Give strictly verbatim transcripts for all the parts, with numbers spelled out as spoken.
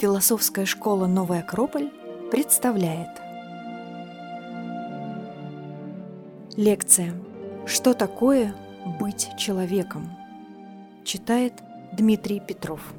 Философская школа «Новый Акрополь» представляет лекция «Что такое быть человеком?» Читает Дмитрий Петров.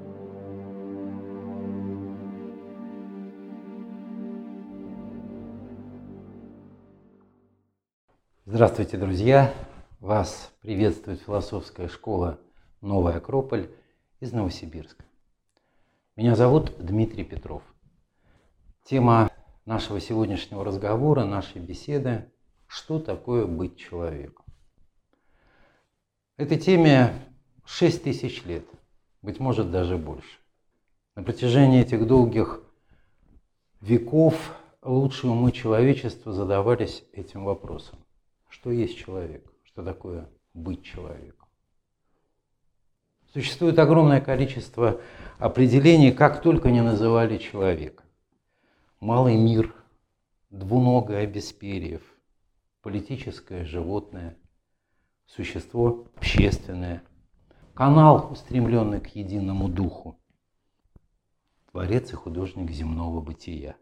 Здравствуйте, друзья! Вас приветствует философская школа «Новый Акрополь» из Новосибирска. Меня зовут Дмитрий Петров. Тема нашего сегодняшнего разговора, нашей беседы – что такое быть человеком? Этой теме шесть тысяч лет, быть может, даже больше. На протяжении этих долгих веков лучшие умы человечества задавались этим вопросом. Что есть человек? Что такое быть человеком? Существует огромное количество определений, как только не называли человека. Малый мир, двуногое бесперьев, политическое животное, существо общественное, канал, устремленный к единому духу, творец и художник земного бытия,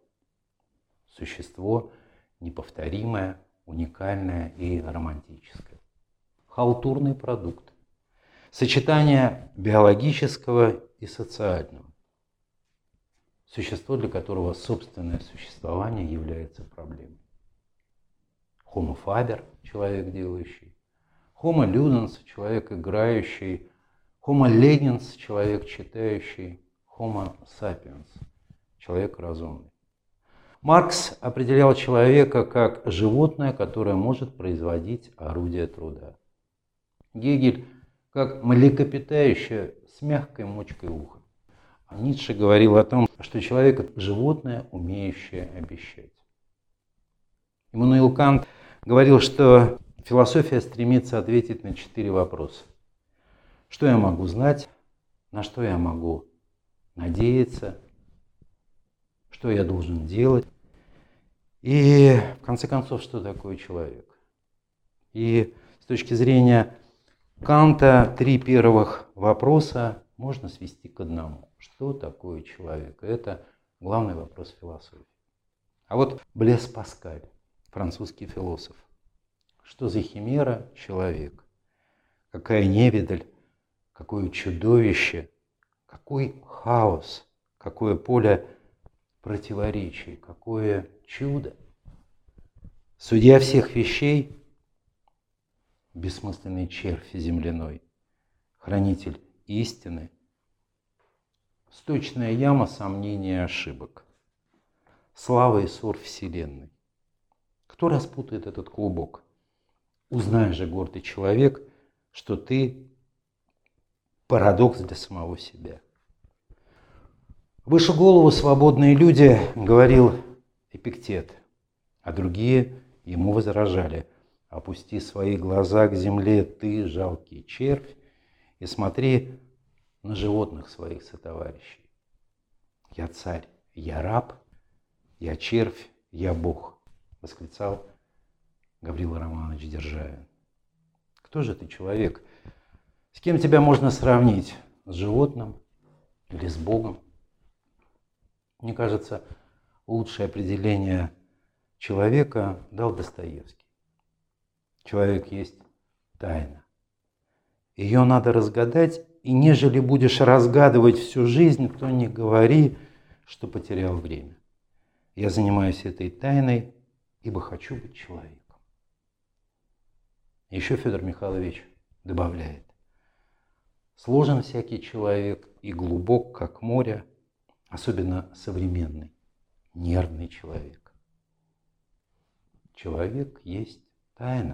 существо неповторимое, уникальное и романтическое, халтурный продукт, сочетание биологического и социального, существо, для которого собственное существование является проблемой. Homo faber – человек делающий, Homo ludens – человек играющий, Homo legens – человек читающий, Homo sapiens – человек разумный. Маркс определял человека как животное, которое может производить орудие труда. Гегель – как млекопитающее с мягкой мочкой уха. А Ницше говорил о том, что человек – это животное, умеющее обещать. Иммануил Кант говорил, что философия стремится ответить на четыре вопроса. Что я могу знать, на что я могу надеяться, что я должен делать, и, в конце концов, что такое человек. И с точки зрения Канта три первых вопроса можно свести к одному. Что такое человек? Это главный вопрос философии. А вот Блес Паскаль, французский философ. Что за химера человек? Какая невидаль, какое чудовище, какой хаос, какое поле противоречий, какое чудо. Судья всех вещей, бессмысленный червь земляной, хранитель истины, сточная яма сомнений и ошибок, слава и ссор вселенной. Кто распутает этот клубок? Узнай же, гордый человек, что ты парадокс для самого себя. Выше голову свободные люди, говорил Эпиктет, а другие ему возражали. Опусти свои глаза к земле, ты, жалкий червь, и смотри на животных своих сотоварищей. Я царь, я раб, я червь, я Бог, восклицал Гаврила Романович Державин. Кто же ты, человек? С кем тебя можно сравнить? С животным или с Богом? Мне кажется, лучшее определение человека дал Достоевский. Человек есть тайна. Ее надо разгадать, и нежели будешь разгадывать всю жизнь, то не говори, что потерял время. Я занимаюсь этой тайной, ибо хочу быть человеком. Еще Федор Михайлович добавляет. Сложен всякий человек и глубок, как море, особенно современный, нервный человек. Человек есть тайна.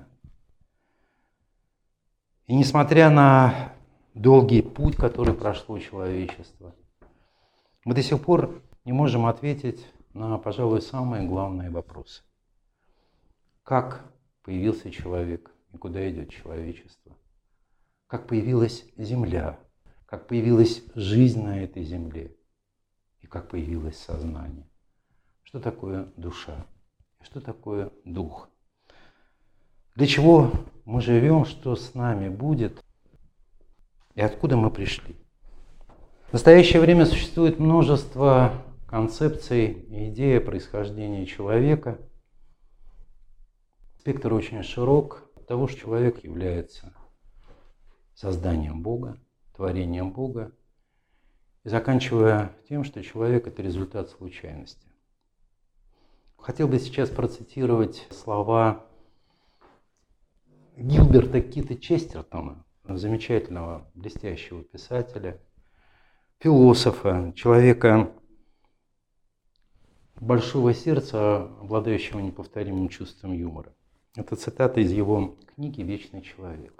И несмотря на долгий путь, который прошло человечество, мы до сих пор не можем ответить на, пожалуй, самые главные вопросы. Как появился человек и куда идет человечество? Как появилась Земля? Как появилась жизнь на этой Земле? И как появилось сознание? Что такое душа? И что такое дух? Для чего мы живем, что с нами будет и откуда мы пришли? В настоящее время существует множество концепций и идей о происхождении человека. Спектр очень широк того, что человек является созданием Бога, творением Бога, и заканчивая тем, что человек – это результат случайности. Хотел бы сейчас процитировать слова Гилберта Кита Честертона, замечательного, блестящего писателя, философа, человека большого сердца, обладающего неповторимым чувством юмора. Это цитата из его книги «Вечный человек».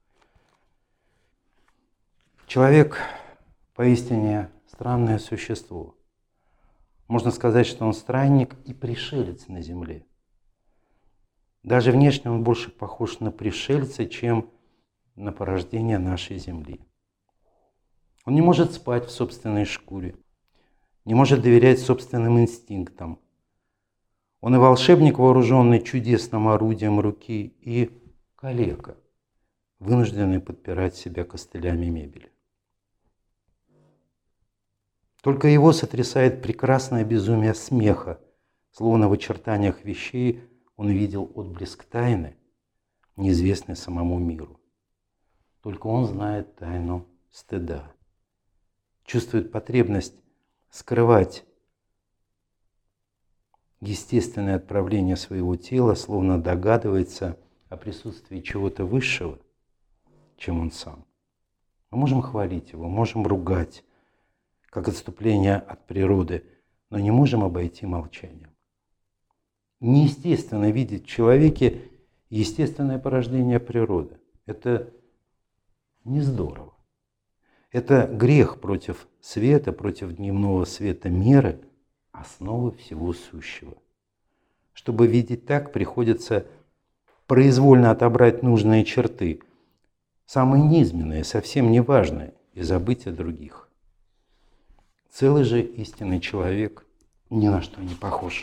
Человек поистине странное существо. Можно сказать, что он странник и пришелец на земле. Даже внешне он больше похож на пришельца, чем на порождение нашей земли. Он не может спать в собственной шкуре, не может доверять собственным инстинктам. Он и волшебник, вооруженный чудесным орудием руки, и калека, вынужденный подпирать себя костылями мебели. Только его сотрясает прекрасное безумие смеха, словно в очертаниях вещей он видел отблеск тайны, неизвестной самому миру. Только он знает тайну стыда, чувствует потребность скрывать естественное отправление своего тела, словно догадывается о присутствии чего-то высшего, чем он сам. Мы можем хвалить его, можем ругать, как отступление от природы, но не можем обойти молчанием. Неестественно видеть в человеке естественное порождение природы. Это не здорово. Это грех против света, против дневного света меры, основы всего сущего. Чтобы видеть так, приходится произвольно отобрать нужные черты, самые низменные, совсем неважные, и забыть о других. Целый же истинный человек ни на что не похож.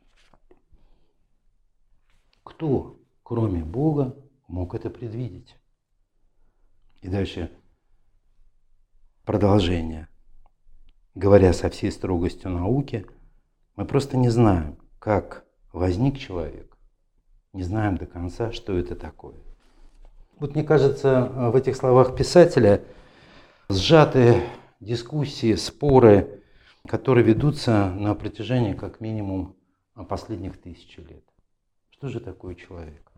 Кто, кроме Бога, мог это предвидеть? И дальше продолжение. Говоря со всей строгостью науки, мы просто не знаем, как возник человек, не знаем до конца, что это такое. Вот мне кажется, в этих словах писателя сжаты дискуссии, споры, которые ведутся на протяжении как минимум последних тысячи лет. Что же такое человек?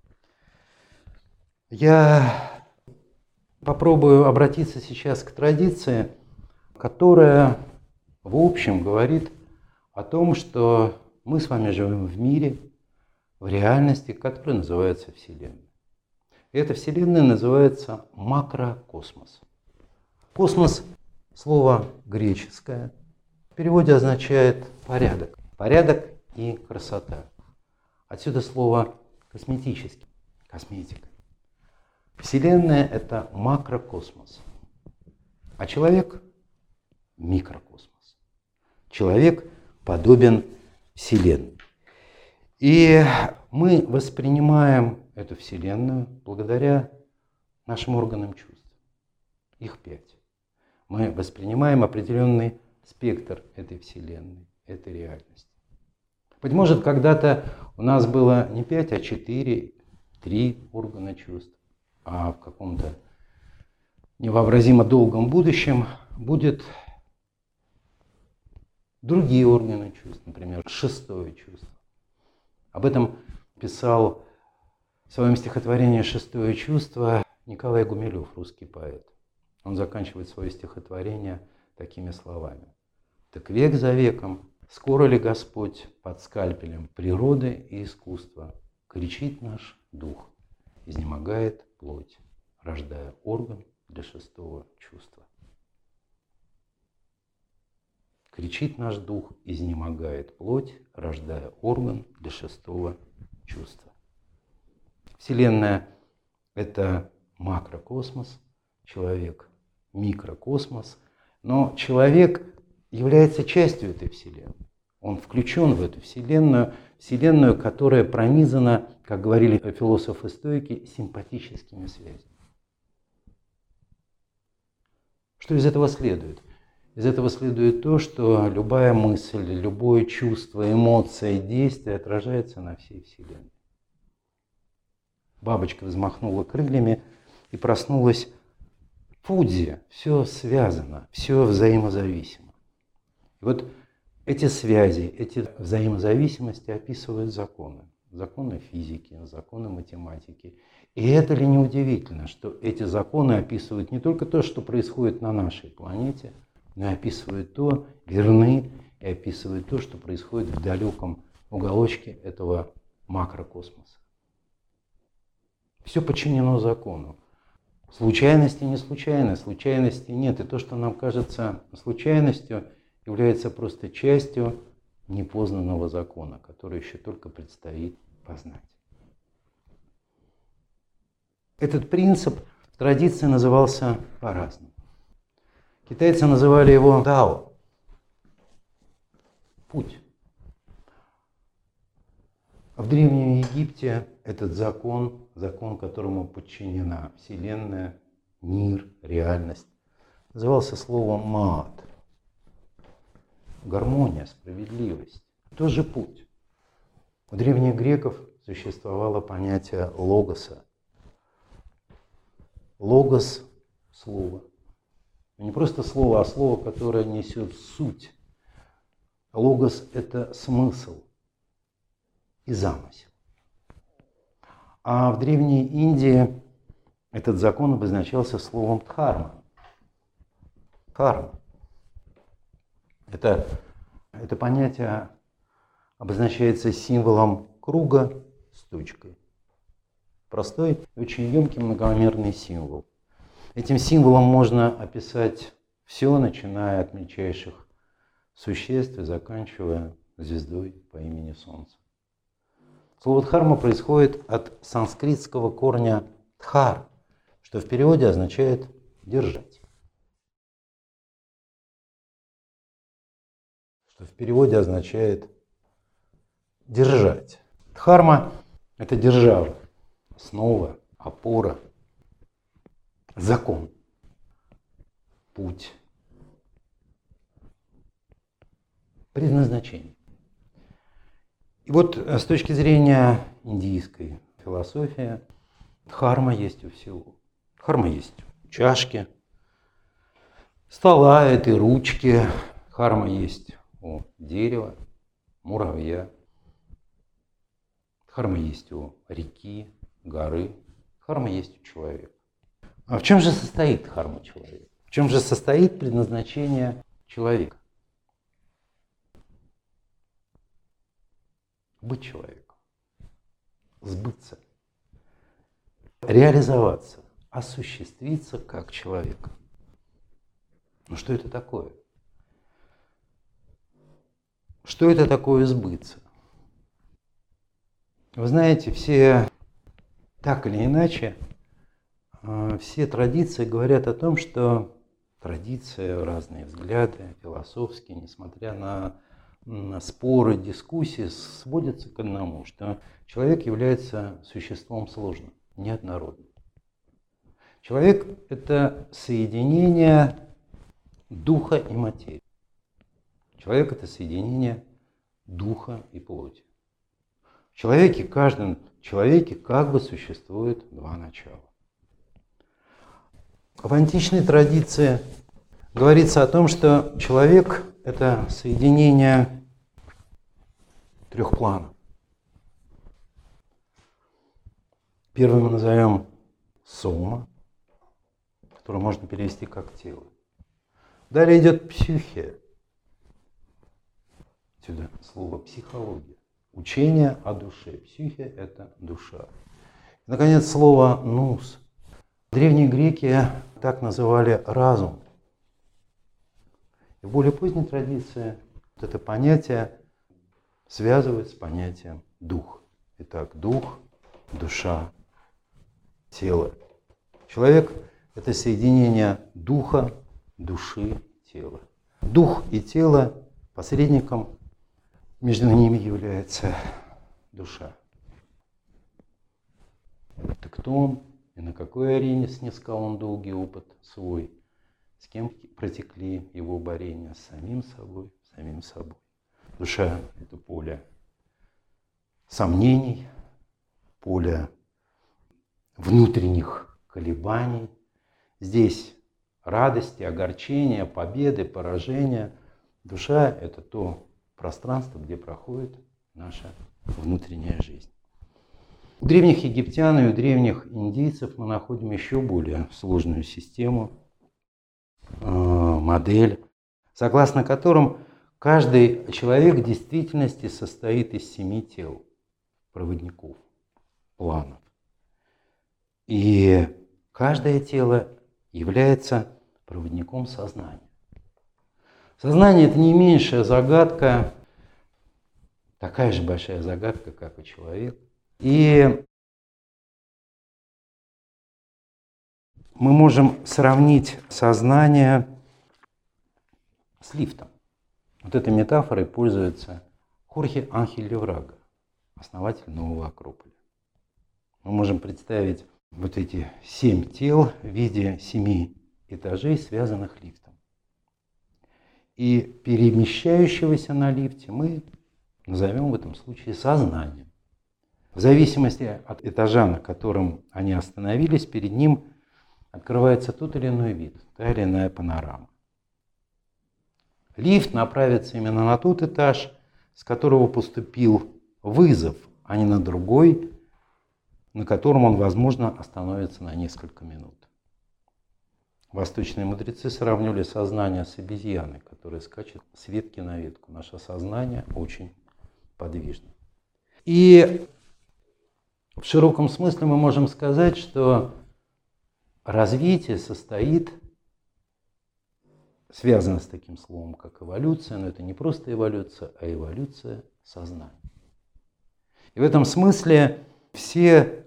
Я попробую обратиться сейчас к традиции, которая в общем говорит о том, что мы с вами живем в мире, в реальности, которая называется Вселенной. И эта Вселенная называется макрокосмос. Космос – слово греческое, в переводе означает порядок. Порядок и красота. Отсюда слово косметический, косметика. Вселенная – это макрокосмос, а человек – микрокосмос. Человек подобен Вселенной. И мы воспринимаем эту Вселенную благодаря нашим органам чувств. Их пять. Мы воспринимаем определенный спектр этой Вселенной, этой реальности. Быть может, когда-то у нас было не пять, а четыре, три органа чувств, а в каком-то невообразимо долгом будущем будет другие органы чувств, например, шестое чувство. Об этом писал в своем стихотворении «Шестое чувство» Николай Гумилев, русский поэт. Он заканчивает свое стихотворение такими словами. «Так век за веком, скоро ли Господь под скальпелем природы и искусства кричит наш дух, изнемогает плоть, рождая орган для шестого чувства». Кричит наш дух, изнемогает плоть, рождая орган для шестого чувства. Вселенная – это макрокосмос, человек – микрокосмос, но человек является частью этой Вселенной. Он включен в эту Вселенную, Вселенную, которая пронизана, как говорили философы-стоики, симпатическими связями. Что из этого следует? Из этого следует то, что любая мысль, любое чувство, эмоция, действие отражается на всей Вселенной. Бабочка взмахнула крыльями и проснулась. Фудзи, все связано, все взаимозависимо. И вот эти связи, эти взаимозависимости описывают законы. Законы физики, законы математики. И это ли не удивительно, что эти законы описывают не только то, что происходит на нашей планете, но и описывают то, верны, и описывают то, что происходит в далеком уголочке этого макрокосмоса. Все подчинено закону. Случайности не случайно, случайности нет. И то, что нам кажется случайностью, является просто частью непознанного закона, который еще только предстоит познать. Этот принцип в традиции назывался по-разному. Китайцы называли его дао, путь. А в Древнем Египте этот закон, закон, которому подчинена Вселенная, мир, реальность, назывался словом маат. Гармония, справедливость. Тоже путь. У древних греков существовало понятие логоса. Логос – слово. Не просто слово, а слово, которое несет суть. Логос – это смысл и замысел. А в Древней Индии этот закон обозначался словом дхарма. Дхарма. Это, это понятие обозначается символом круга с точкой. Простой, очень емкий, многомерный символ. Этим символом можно описать все, начиная от мельчайших существ и заканчивая звездой по имени Солнце. Слово дхарма происходит от санскритского корня дхар, что в переводе означает «держать». Что в переводе означает «держать». Дхарма – это держава, основа, опора, закон, путь, предназначение. И вот с точки зрения индийской философии, дхарма есть у всего. Дхарма есть у чашки, стола этой ручки, дхарма есть у дерева, муравья, дхарма есть у реки, горы, дхарма есть у человека. А в чем же состоит дхарма человека? В чем же состоит предназначение человека? Быть человеком, сбыться, реализоваться, осуществиться как человек. Ну что это такое? Что это такое сбыться? Вы знаете, все так или иначе, все традиции говорят о том, что традиции, разные взгляды, философские, несмотря на, на споры, дискуссии, сводятся к одному, что человек является существом сложным, неоднородным. Человек – это соединение духа и материи. Человек – это соединение духа и плоти. В человеке, в каждом человеке как бы существует два начала. В античной традиции говорится о том, что человек – это соединение трех планов. Первый мы назовем сома, который можно перевести как тело. Далее идет психия. Сюда слово психология. Учение о душе. Психия – это душа. И, наконец, слово нус. Древние греки так называли разум. И в более поздней традиции вот это понятие связывают с понятием дух. Итак, дух, душа, тело. Человек – это соединение духа, души, тела. Дух и тело посредником между ними является душа. Так кто он и на какой арене снискал он долгий опыт свой? с кем протекли его борения, с самим собой, с самим собой. Душа – это поле сомнений, поле внутренних колебаний. Здесь радости, огорчения, победы, поражения. Душа – это то пространство, где проходит наша внутренняя жизнь. У древних египтян и у древних индийцев мы находим еще более сложную систему, модель, согласно которым каждый человек в действительности состоит из семи тел, проводников, планов. И каждое тело является проводником сознания. Сознание – это не меньшая загадка, такая же большая загадка, как и человек. И мы можем сравнить сознание с лифтом. Вот этой метафорой пользуется Хорхе Анхель Леврага, основатель Нового Акрополя. Мы можем представить вот эти семь тел в виде семи этажей, связанных лифтом. И перемещающегося на лифте мы назовем в этом случае сознанием. В зависимости от этажа, на котором они остановились, перед ним открывается тот или иной вид, та или иная панорама. Лифт направится именно на тот этаж, с которого поступил вызов, а не на другой, на котором он, возможно, остановится на несколько минут. Восточные мудрецы сравнивали сознание с обезьяной, которая скачет с ветки на ветку. Наше сознание очень подвижно. И в широком смысле мы можем сказать, что развитие состоит, связано с таким словом, как эволюция, но это не просто эволюция, а эволюция сознания. И в этом смысле все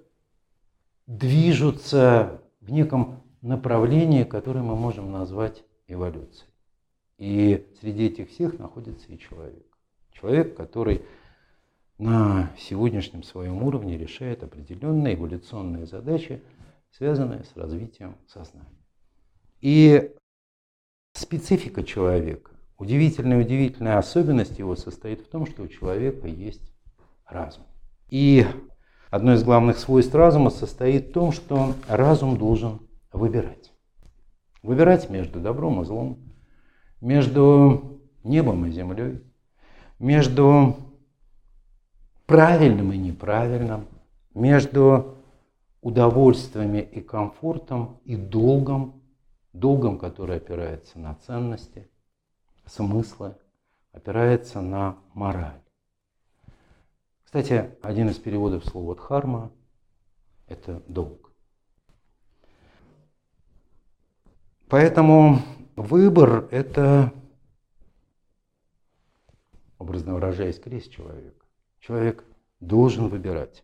движутся в неком направлении, которое мы можем назвать эволюцией. И среди этих всех находится и человек. Человек, который на сегодняшнем своем уровне решает определенные эволюционные задачи, связанные с развитием сознания. И специфика человека, удивительная-удивительная особенность его состоит в том, что у человека есть разум. И одно из главных свойств разума состоит в том, что разум должен выбирать. Выбирать между добром и злом, между небом и землей, между правильным и неправильным, между удовольствиями и комфортом и долгом, долгом, который опирается на ценности, смыслы, опирается на мораль. Кстати, один из переводов слова дхарма – это долг. Поэтому выбор – это, образно выражаясь, крест человека. Человек должен выбирать.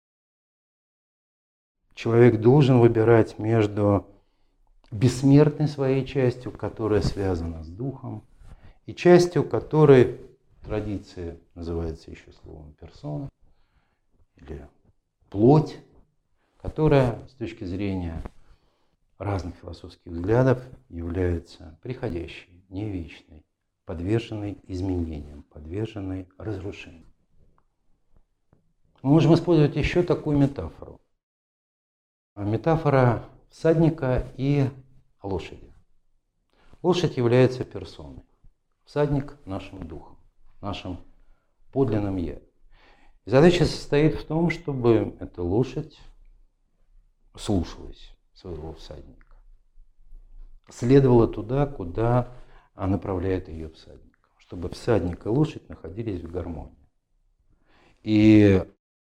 Человек должен выбирать между бессмертной своей частью, которая связана с духом, и частью, которой в традиции называется еще словом персона, или плоть, которая с точки зрения разных философских взглядов является приходящей, не вечной, подверженной изменениям, подверженной разрушению. Мы можем использовать еще такую метафору. Метафора всадника и лошади. Лошадь является персоной, всадник – нашим духом, нашим подлинным «я». И задача состоит в том, чтобы эта лошадь слушалась своего всадника, следовала туда, куда направляет ее всадник, чтобы всадник и лошадь находились в гармонии. И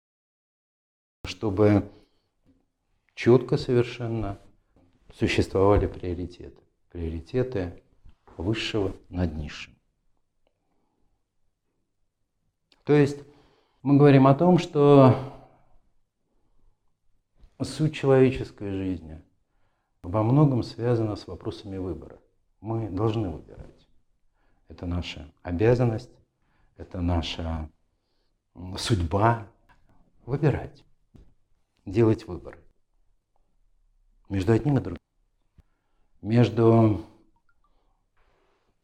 чтобы четко совершенно существовали приоритеты. Приоритеты высшего над низшим. То есть мы говорим о том, что суть человеческой жизни во многом связана с вопросами выбора. Мы должны выбирать. Это наша обязанность, это наша судьба. Выбирать, делать выборы. Между одним и другим. Между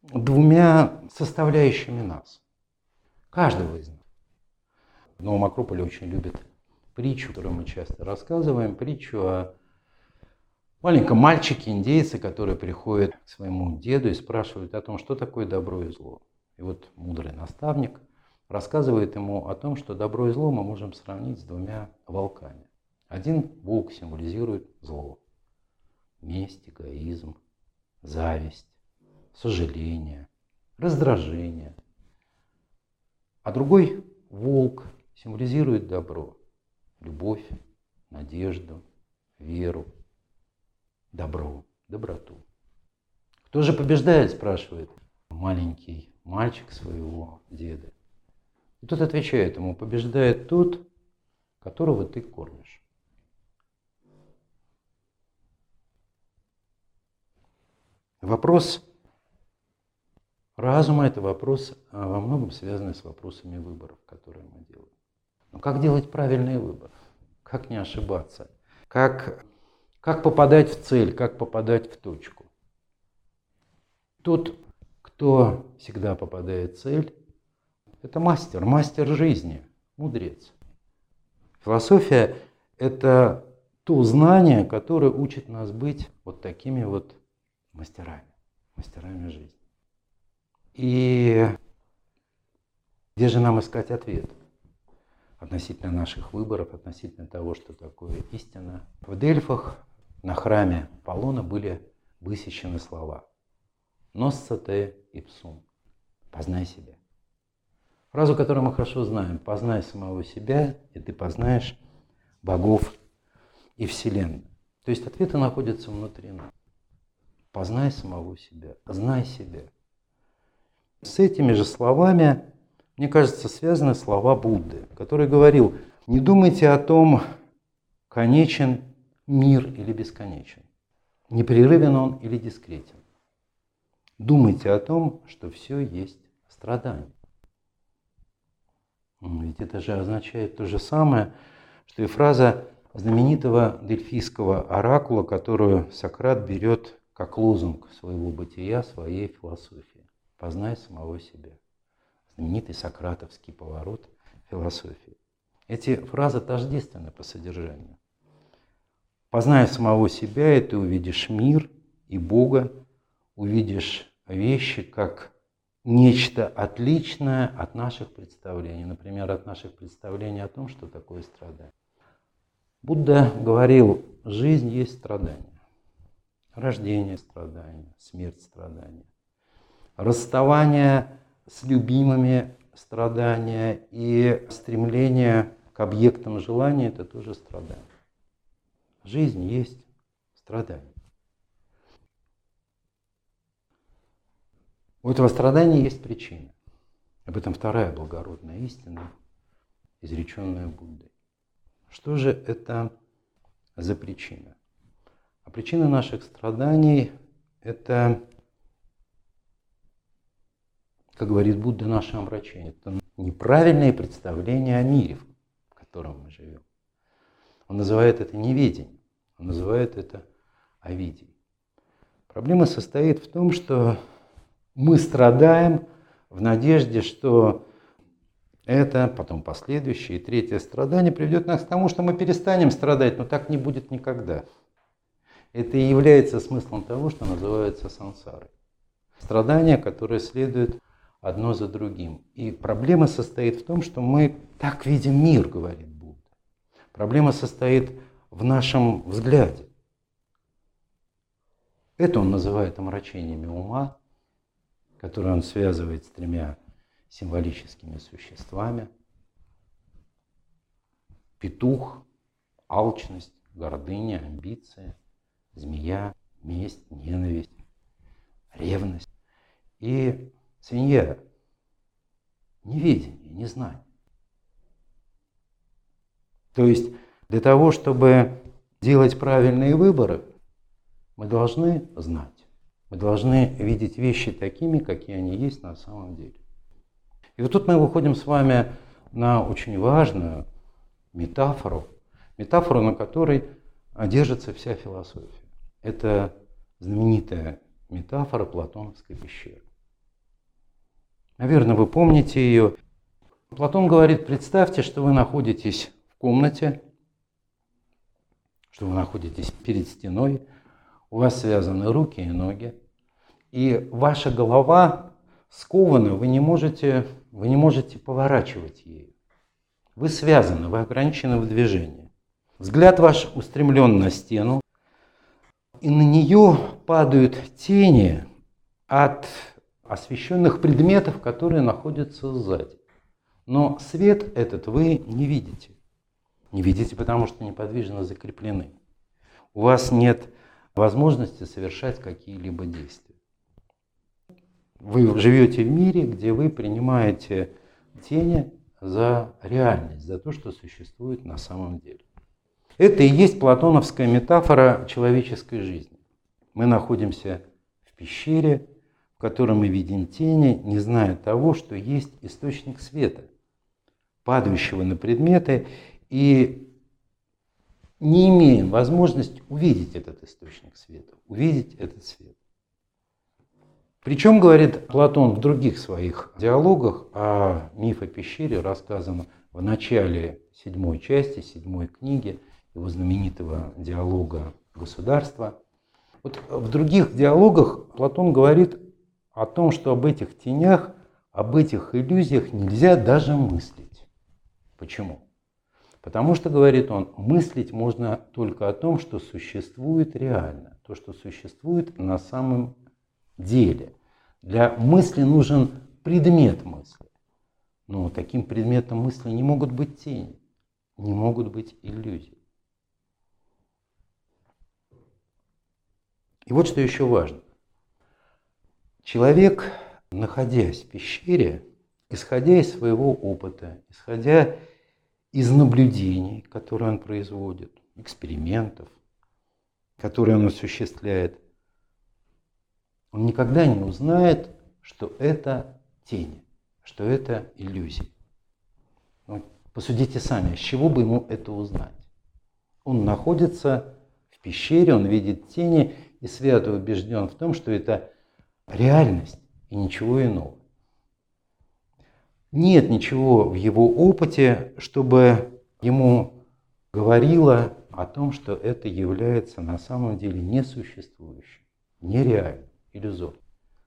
двумя составляющими нас, каждого из нас. В Новом Акрополе очень любят притчу, которую мы часто рассказываем, притчу о маленьком мальчике, индейце, который приходит к своему деду и спрашивает о том, что такое добро и зло. И вот мудрый наставник рассказывает ему о том, что добро и зло мы можем сравнить с двумя волками. Один волк символизирует зло, месть, эгоизм, зависть, сожаление, раздражение. А другой волк символизирует добро, любовь, надежду, веру, добро, доброту. Кто же побеждает, спрашивает маленький мальчик своего деда. И тот отвечает ему: побеждает тот, которого ты кормишь. Вопрос разума – это вопрос, во многом связанный с вопросами выборов, которые мы делаем. Но как делать правильный выбор? Как не ошибаться? Как, как попадать в цель, как попадать в точку? Тот, кто всегда попадает в цель, это мастер, мастер жизни, мудрец. Философия – это то знание, которое учит нас быть вот такими вот мастерами, мастерами жизни. И где же нам искать ответ относительно наших выборов, относительно того, что такое истина? В Дельфах на храме Аполлона были высечены слова «Nosce te ipsum» – «Познай себя». Фразу, которую мы хорошо знаем: «Познай самого себя, и ты познаешь богов и вселенную». То есть ответы находятся внутри нас. Познай самого себя, знай себя. С этими же словами, мне кажется, связаны слова Будды, который говорил: не думайте о том, конечен мир или бесконечен, непрерывен он или дискретен. Думайте о том, что все есть страдание. Ведь это же означает то же самое, что и фраза знаменитого дельфийского оракула, которую Сократ берет как лозунг своего бытия, своей философии. Познай самого себя. Знаменитый сократовский поворот философии. Эти фразы тождественны по содержанию. Познай самого себя, и ты увидишь мир и Бога, увидишь вещи как нечто отличное от наших представлений. Например, от наших представлений о том, что такое страдание. Будда говорил: жизнь есть страдание. Рождение – страдание, смерть – страдание, расставание с любимыми – страдания, и стремление к объектам желания – это тоже страдание. Жизнь есть страдание. У этого страдания есть причина. Об этом вторая благородная истина, изреченная Буддой. Что же это за причина? А причина наших страданий – это, как говорит Будда, наше омрачение. Это неправильное представление о мире, в котором мы живем. Он называет это неведением, он называет это авидией. Проблема состоит в том, что мы страдаем в надежде, что это, потом последующее и третье страдание приведет нас к тому, что мы перестанем страдать, но так не будет никогда. Это и является смыслом того, что называется сансарой. Страдания, которые следуют одно за другим. И проблема состоит в том, что мы так видим мир, говорит Будда. Проблема состоит в нашем взгляде. Это он называет омрачениями ума, которые он связывает с тремя символическими существами. Петух, алчность, гордыня, амбиция. Змея, месть, ненависть, ревность. И свинья, неведение, незнание. То есть для того, чтобы делать правильные выборы, мы должны знать. Мы должны видеть вещи такими, какие они есть на самом деле. И вот тут мы выходим с вами на очень важную метафору, метафору, на которой держится вся философия. Это знаменитая метафора Платоновской пещеры. Наверное, вы помните ее. Платон говорит, представьте, что вы находитесь в комнате, что вы находитесь перед стеной, у вас связаны руки и ноги, и ваша голова скована, вы не можете, вы не можете поворачивать ею. Вы связаны, вы ограничены в движении. Взгляд ваш устремлен на стену, и на нее падают тени от освещенных предметов, которые находятся сзади. Но свет этот вы не видите. Не видите, потому что неподвижно закреплены. У вас нет возможности совершать какие-либо действия. Вы живете в мире, где вы принимаете тени за реальность, за то, что существует на самом деле. Это и есть платоновская метафора человеческой жизни. Мы находимся в пещере, в которой мы видим тени, не зная того, что есть источник света, падающего на предметы, и не имеем возможности увидеть этот источник света, увидеть этот свет. Причем, говорит Платон в других своих диалогах, о мифе о пещере рассказано в начале седьмой части, седьмой книги, его знаменитого диалога «Государство». Вот в других диалогах Платон говорит о том, что об этих тенях, об этих иллюзиях нельзя даже мыслить. Почему? Потому что, говорит он, мыслить можно только о том, что существует реально, то, что существует на самом деле. Для мысли нужен предмет мысли. Но таким предметом мысли не могут быть тени, не могут быть иллюзии. И вот что еще важно. Человек, находясь в пещере, исходя из своего опыта, исходя из наблюдений, которые он производит, экспериментов, которые он осуществляет, он никогда не узнает, что это тени, что это иллюзии. Ну, посудите сами, с чего бы ему это узнать? Он находится в пещере, он видит тени и свято убежден в том, что это реальность и ничего иного. Нет ничего в его опыте, чтобы ему говорило о том, что это является на самом деле несуществующим, нереальным, иллюзорным.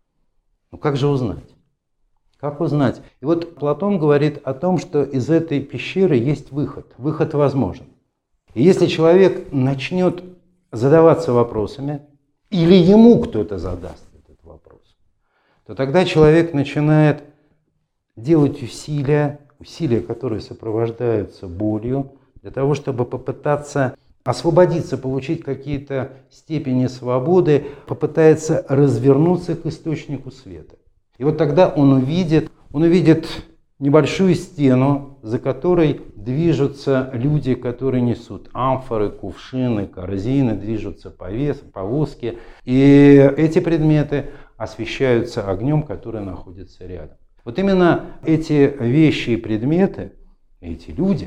Ну как же узнать? Как узнать? И вот Платон говорит о том, что из этой пещеры есть выход. Выход возможен. И если человек начнет задаваться вопросами, или ему кто-то задаст этот вопрос, то тогда человек начинает делать усилия, усилия, которые сопровождаются болью, для того, чтобы попытаться освободиться, получить какие-то степени свободы, попытается развернуться к источнику света. И вот тогда он увидит, он увидит небольшую стену, за которой движутся люди, которые несут амфоры, кувшины, корзины, движутся повозки. И эти предметы освещаются огнем, который находится рядом. Вот именно эти вещи и предметы, эти люди,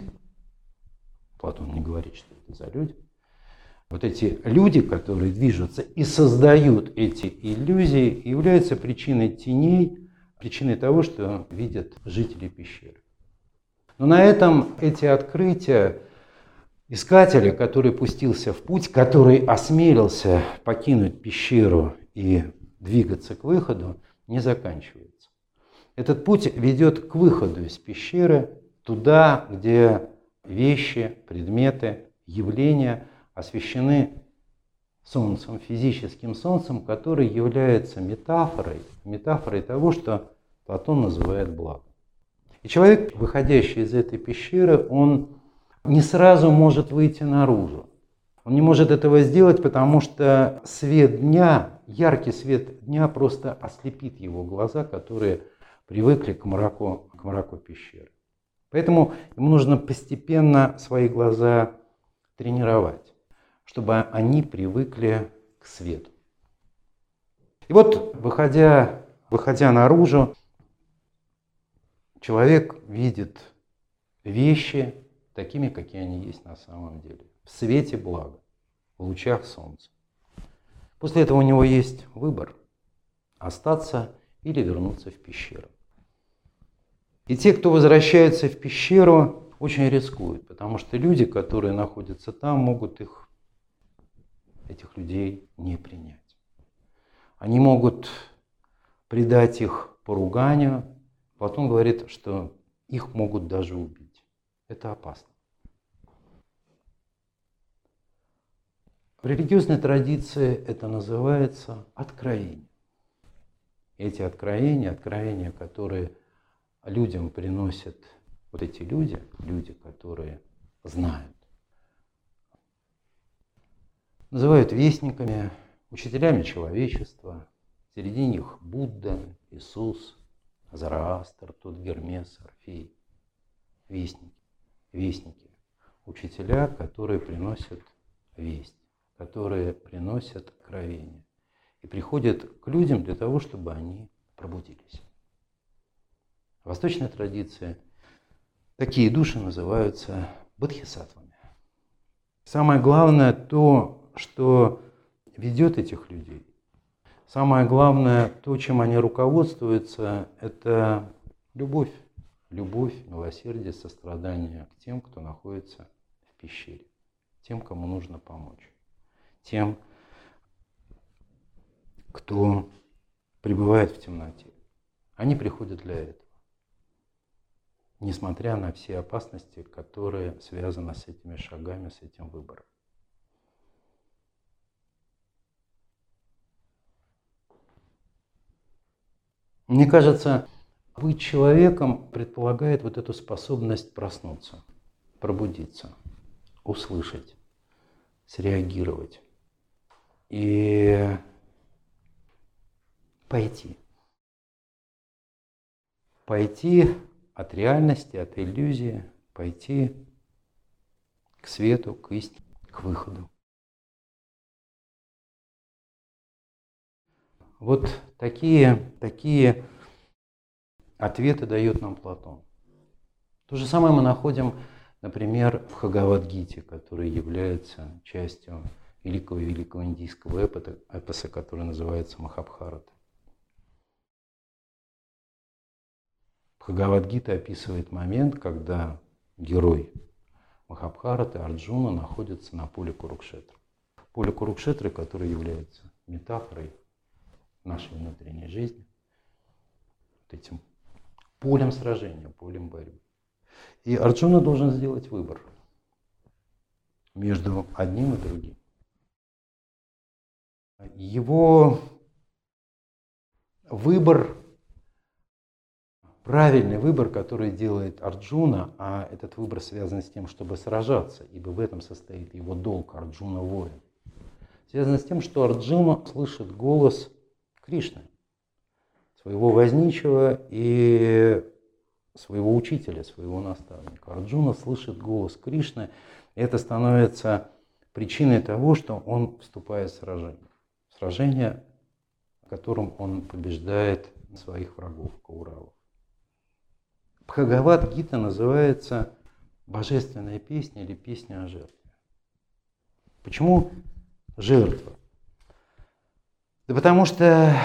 Платон не говорит, что это за люди, вот эти люди, которые движутся и создают эти иллюзии, являются причиной теней, причиной того, что видят жители пещеры. Но на этом эти открытия искателя, который пустился в путь, который осмелился покинуть пещеру и двигаться к выходу, не заканчивается. Этот путь ведет к выходу из пещеры, туда, где вещи, предметы, явления освещены солнцем, физическим солнцем, который является метафорой, метафорой того, что Платон называет благом. И человек, выходящий из этой пещеры, он не сразу может выйти наружу. Он не может этого сделать, потому что свет дня, яркий свет дня просто ослепит его глаза, которые привыкли к мраку, к мраку пещеры. Поэтому ему нужно постепенно свои глаза тренировать, чтобы они привыкли к свету. И вот, выходя, выходя наружу, человек видит вещи такими, какие они есть на самом деле, в свете блага, в лучах солнца. После этого у него есть выбор – остаться или вернуться в пещеру. И те, кто возвращается в пещеру, очень рискуют, потому что люди, которые находятся там, могут их, этих людей не принять. Они могут предать их поруганию. Платон говорит, что их могут даже убить. Это опасно. В религиозной традиции это называется откровение. Эти откровения, откровения, которые людям приносят вот эти люди, люди, которые знают, называют вестниками, учителями человечества. Среди них Будда, Иисус, Зороастр, тот Гермес, Орфей. Вестники, вестники, учителя, которые приносят весть, которые приносят откровение и приходят к людям для того, чтобы они пробудились. В восточной традиции такие души называются бодхисаттвами. Самое главное то, что ведет этих людей. Самое главное, то, чем они руководствуются, это любовь. Любовь, милосердие, сострадание к тем, кто находится в пещере. Тем, кому нужно помочь. Тем, кто пребывает в темноте. Они приходят для этого. Несмотря на все опасности, которые связаны с этими шагами, с этим выбором. Мне кажется, быть человеком предполагает вот эту способность проснуться, пробудиться, услышать, среагировать и пойти. Пойти от реальности, от иллюзии, пойти к свету, к истине, к выходу. Вот такие, такие ответы дает нам Платон. То же самое мы находим, например, в Бхагавад-гите, который является частью великого-великого индийского эпоса, эпоса, который называется Махабхарата. Бхагавад-гита описывает момент, когда герой Махабхараты Арджуна находится на поле Курукшетры. Поле Курукшетры, которое является метафорой нашей внутренней жизни, вот этим полем сражения, полем борьбы. И Арджуна должен сделать выбор между одним и другим. Его выбор, правильный выбор, который делает Арджуна, а этот выбор связан с тем, чтобы сражаться, ибо в этом состоит его долг, Арджуна воин, связан с тем, что Арджуна слышит голос Кришны, своего возничего и своего учителя, своего наставника. Арджуна слышит голос Кришны, и это становится причиной того, что он вступает в сражение. Сражение, в котором он побеждает своих врагов, кауравов. Бхагавад-гита называется «Божественная песня» или «Песня о жертве». Почему жертва? Да потому что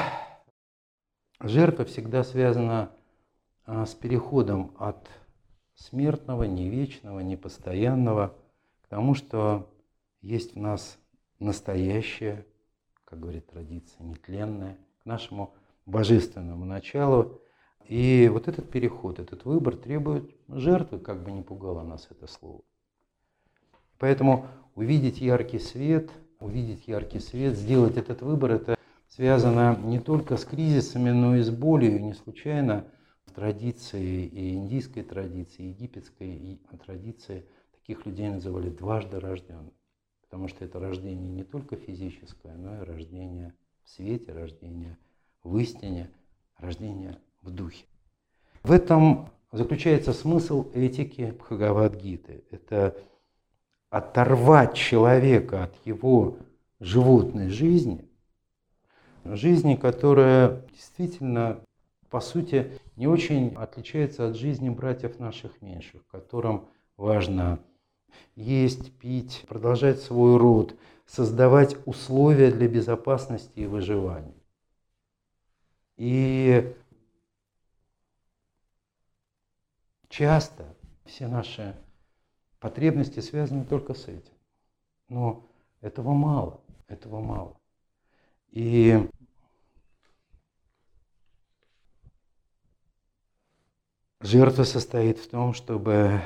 жертва всегда связана с переходом от смертного, не вечного, не постоянного к тому, что есть в нас настоящее, как говорит традиция, нетленное, к нашему божественному началу. И вот этот переход, этот выбор требует жертвы, как бы ни пугало нас это слово. Поэтому увидеть яркий свет, увидеть яркий свет, сделать этот выбор, это связано не только с кризисами, но и с болью. Не случайно в традиции, и индийской традиции, и египетской и традиции таких людей называли дважды рожденными. Потому что это рождение не только физическое, но и рождение в свете, рождение в истине, рождение в духе. В этом заключается смысл этики Бхагавад-гиты. Это оторвать человека от его животной жизни, жизни, которая действительно, по сути, не очень отличается от жизни братьев наших меньших, которым важно есть, пить, продолжать свой род, создавать условия для безопасности и выживания. И часто все наши потребности связаны только с этим. Но этого мало, этого мало. И жертва состоит в том, чтобы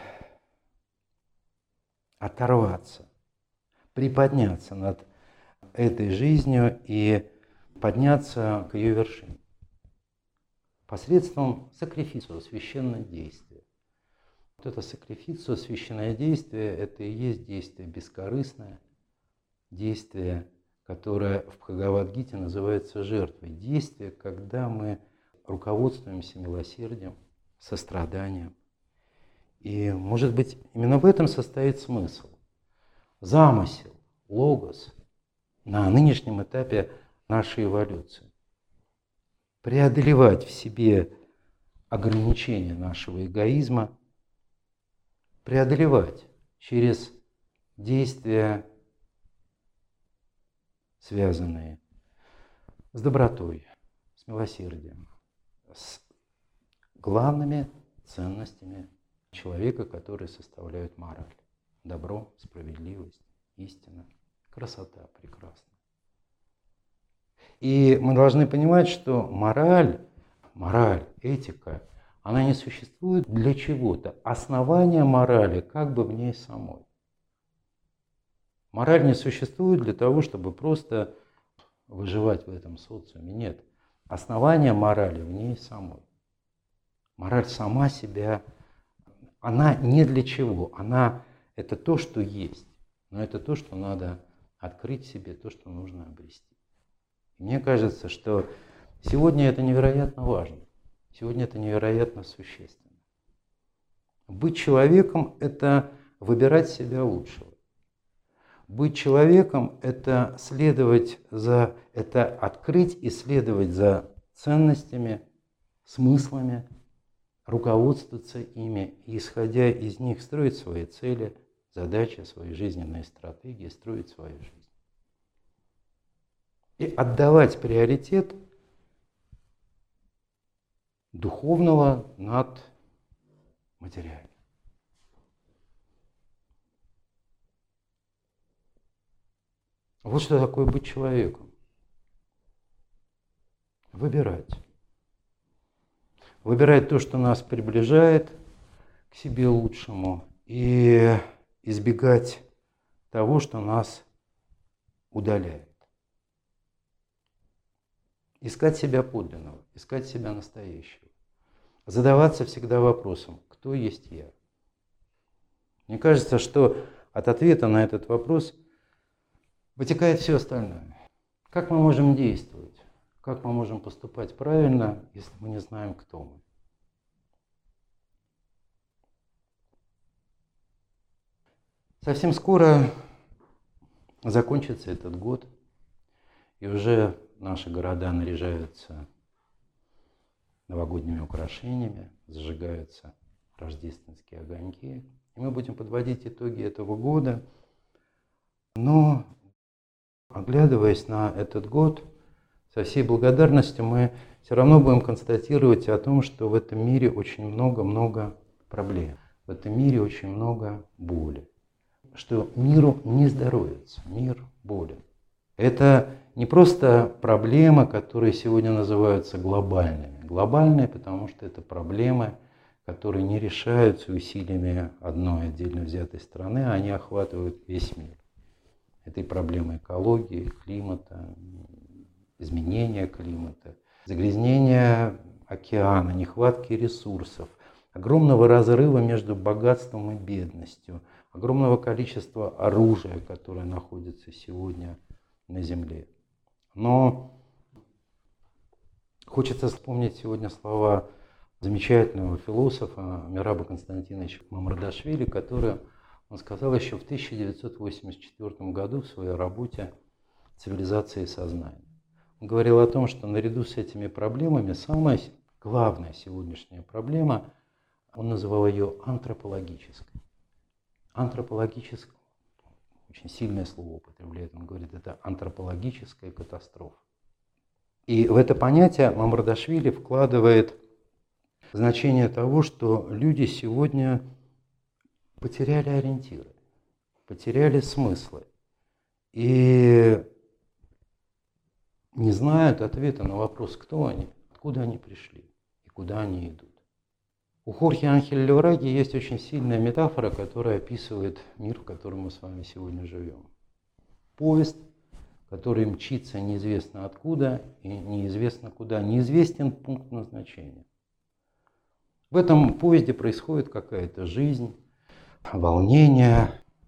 оторваться, приподняться над этой жизнью и подняться к ее вершине посредством сакрифицио, священного действия. Вот это сакрифицио, священное действие, это и есть действие бескорыстное, действие, которое в Бхагавад-гите называется жертвой. Действие, когда мы руководствуемся милосердием, состраданием. И, может быть, именно в этом состоит смысл. Замысел, логос на нынешнем этапе нашей эволюции. Преодолевать в себе ограничения нашего эгоизма, преодолевать через действия, связанные с добротой, с милосердием, с главными ценностями человека, которые составляют мораль. Добро, справедливость, истина, красота прекрасна. И мы должны понимать, что мораль, мораль, этика, она не существует для чего-то. Основание морали как бы в ней самой. Мораль не существует для того, чтобы просто выживать в этом социуме. Нет. Основание морали в ней самой. Мораль сама себя, она не для чего. Она это то, что есть. Но это то, что надо открыть в себе, то, что нужно обрести. И мне кажется, что сегодня это невероятно важно. Сегодня это невероятно существенно. Быть человеком – это выбирать себя лучшего. Быть человеком – это следовать за, это открыть и следовать за ценностями, смыслами, руководствоваться ими и, исходя из них, строить свои цели, задачи, свои жизненные стратегии, строить свою жизнь. И отдавать приоритет духовного над материальным. Вот что такое быть человеком. Выбирать. Выбирать то, что нас приближает к себе лучшему, и избегать того, что нас удаляет. Искать себя подлинного, искать себя настоящего. Задаваться всегда вопросом, кто есть я. Мне кажется, что от ответа на этот вопрос вытекает все остальное. Как мы можем действовать? Как мы можем поступать правильно, если мы не знаем, кто мы? Совсем скоро закончится этот год, и уже наши города наряжаются новогодними украшениями, зажигаются рождественские огоньки. И мы будем подводить итоги этого года. Но, оглядываясь на этот год, со всей благодарностью мы все равно будем констатировать о том, что в этом мире очень много-много проблем. В этом мире очень много боли. Что миру не здоровится, мир болен. Это не просто проблемы, которые сегодня называются глобальными. Глобальные, потому что это проблемы, которые не решаются усилиями одной отдельно взятой страны, а они охватывают весь мир. Это и проблемы экологии, климата, изменения климата, загрязнения океана, нехватки ресурсов, огромного разрыва между богатством и бедностью, огромного количества оружия, которое находится сегодня на Земле. Но хочется вспомнить сегодня слова замечательного философа Мираба Константиновича Мамардашвили, который он сказал еще в тысяча девятьсот восемьдесят четвёртом году в своей работе «Цивилизация и сознание». Он говорил о том, что наряду с этими проблемами самая главная сегодняшняя проблема, он называл ее антропологической. Антропологической, очень сильное слово употребляет, он говорит, это антропологическая катастрофа. И в это понятие Мамардашвили вкладывает значение того, что люди сегодня потеряли ориентиры, потеряли смыслы и не знают ответа на вопрос, кто они, откуда они пришли и куда они идут. У Хорхе Анхеля Леораги есть очень сильная метафора, которая описывает мир, в котором мы с вами сегодня живем. Поезд, который мчится неизвестно откуда и неизвестно куда, неизвестен пункт назначения. В этом поезде происходит какая-то жизнь, волнение,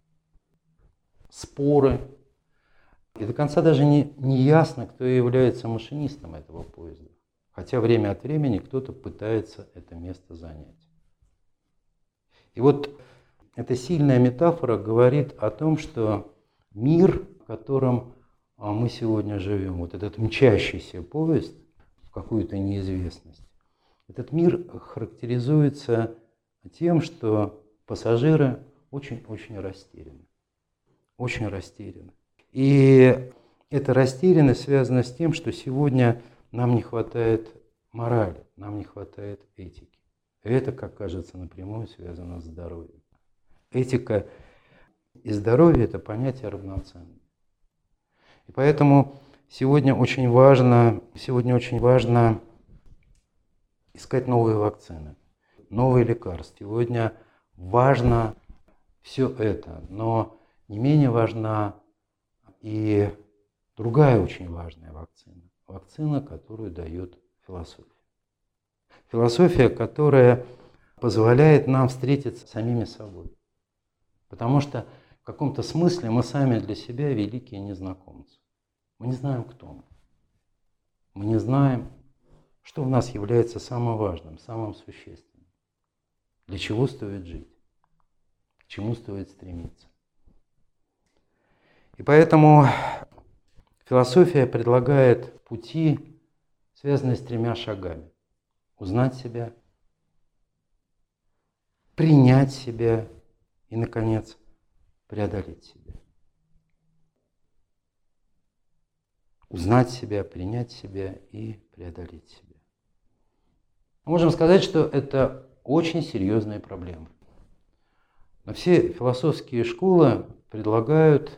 споры. И до конца даже не, не ясно, кто является машинистом этого поезда. Хотя время от времени кто-то пытается это место занять. И вот эта сильная метафора говорит о том, что мир, в котором мы сегодня живем, вот этот мчащийся поезд в какую-то неизвестность, этот мир характеризуется тем, что пассажиры очень-очень растеряны. Очень растеряны. И эта растерянность связана с тем, что сегодня нам не хватает морали, нам не хватает этики. И это, как кажется, напрямую связано с здоровьем. Этика и здоровье – это понятия равноценные. И поэтому сегодня очень важно, сегодня очень важно искать новые вакцины, новые лекарства. Сегодня важно все это, но не менее важна и другая очень важная вакцина. Вакцина, которую дает философия. Философия, которая позволяет нам встретиться с самими собой. Потому что в каком-то смысле мы сами для себя великие незнакомцы. Мы не знаем, кто мы. Мы не знаем, что в нас является самым важным, самым существенным. Для чего стоит жить, к чему стоит стремиться. И поэтому философия предлагает пути, связанные с тремя шагами. Узнать себя, принять себя и, наконец, преодолеть себя. Узнать себя, принять себя и преодолеть себя. Мы можем сказать, что это очень серьезные проблемы. Но все философские школы предлагают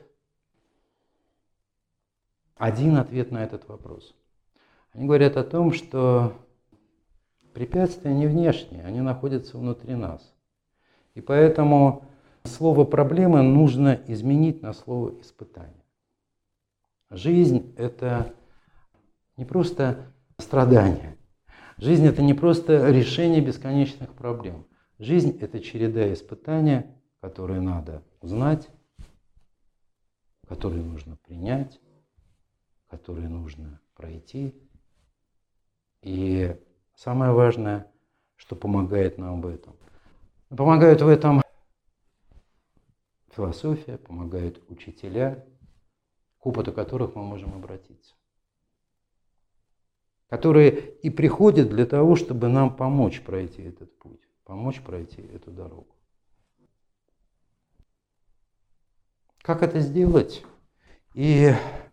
один ответ на этот вопрос. Они говорят о том, что препятствия не внешние, они находятся внутри нас. И поэтому слово «проблемы» нужно изменить на слово «испытание». Жизнь – это не просто страдание. Жизнь – это не просто решение бесконечных проблем. Жизнь – это череда испытаний, которые надо узнать, которые нужно принять, которые нужно пройти. И самое важное, что помогает нам в этом. Помогают в этом философия, помогают учителя, к опыту которых мы можем обратиться. Которые и приходят для того, чтобы нам помочь пройти этот путь, помочь пройти эту дорогу. Как это сделать? И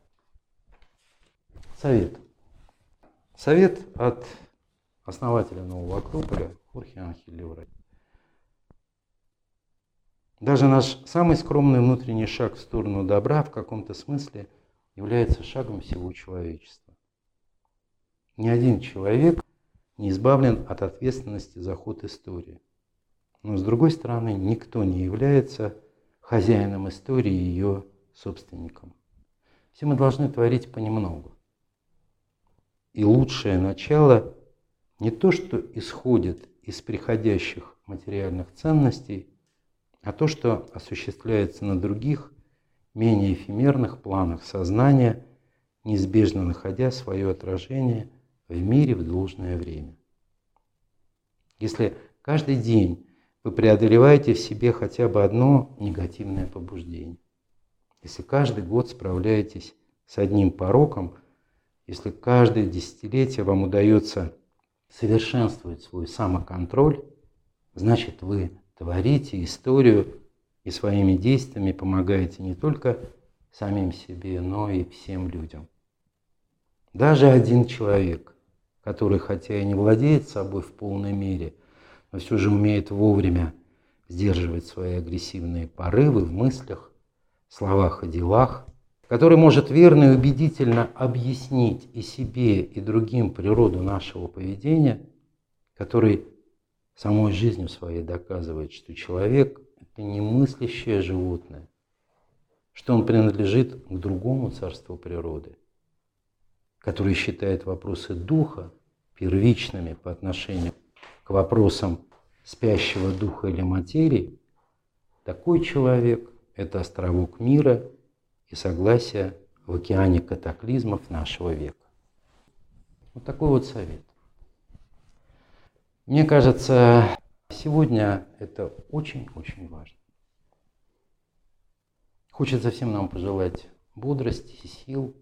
совет. Совет от основателя Нового Акрополя Хорхе Анхеля Леораги. Даже наш самый скромный внутренний шаг в сторону добра в каком-то смысле является шагом всего человечества. Ни один человек не избавлен от ответственности за ход истории. Но с другой стороны, никто не является хозяином истории и ее собственником. Все мы должны творить понемногу. И лучшее начало не то, что исходит из приходящих материальных ценностей, а то, что осуществляется на других, менее эфемерных планах сознания, неизбежно находя свое отражение в мире в должное время. Если каждый день вы преодолеваете в себе хотя бы одно негативное побуждение, если каждый год справляетесь с одним пороком, если каждое десятилетие вам удается совершенствовать свой самоконтроль, значит, вы творите историю и своими действиями помогаете не только самим себе, но и всем людям. Даже один человек, который хотя и не владеет собой в полной мере, но все же умеет вовремя сдерживать свои агрессивные порывы в мыслях, словах и делах, который может верно и убедительно объяснить и себе, и другим природу нашего поведения, который самой жизнью своей доказывает, что человек – это не мыслящее животное, что он принадлежит к другому царству природы, который считает вопросы духа первичными по отношению к вопросам спящего духа или материи, такой человек – это островок мира и согласия в океане катаклизмов нашего века. Вот такой вот совет. Мне кажется, сегодня это очень-очень важно. Хочется всем нам пожелать бодрости, сил,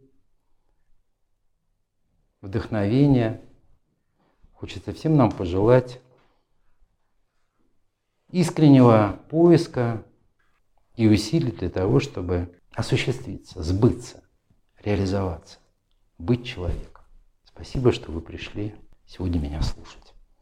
вдохновения. Хочется всем нам пожелать искреннего поиска и усилий для того, чтобы осуществиться, сбыться, реализоваться, быть человеком. Спасибо, что вы пришли сегодня меня слушать.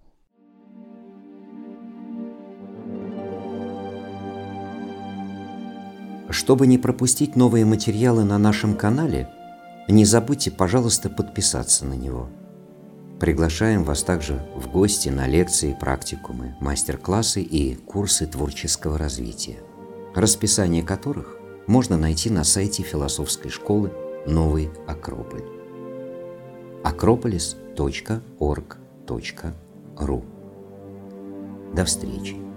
Чтобы не пропустить новые материалы на нашем канале, не забудьте, пожалуйста, подписаться на него. Приглашаем вас также в гости на лекции, практикумы, мастер-классы и курсы творческого развития, расписание которых можно найти на сайте философской школы «Новый Акрополь» акрополис точка орг точка ру. До встречи!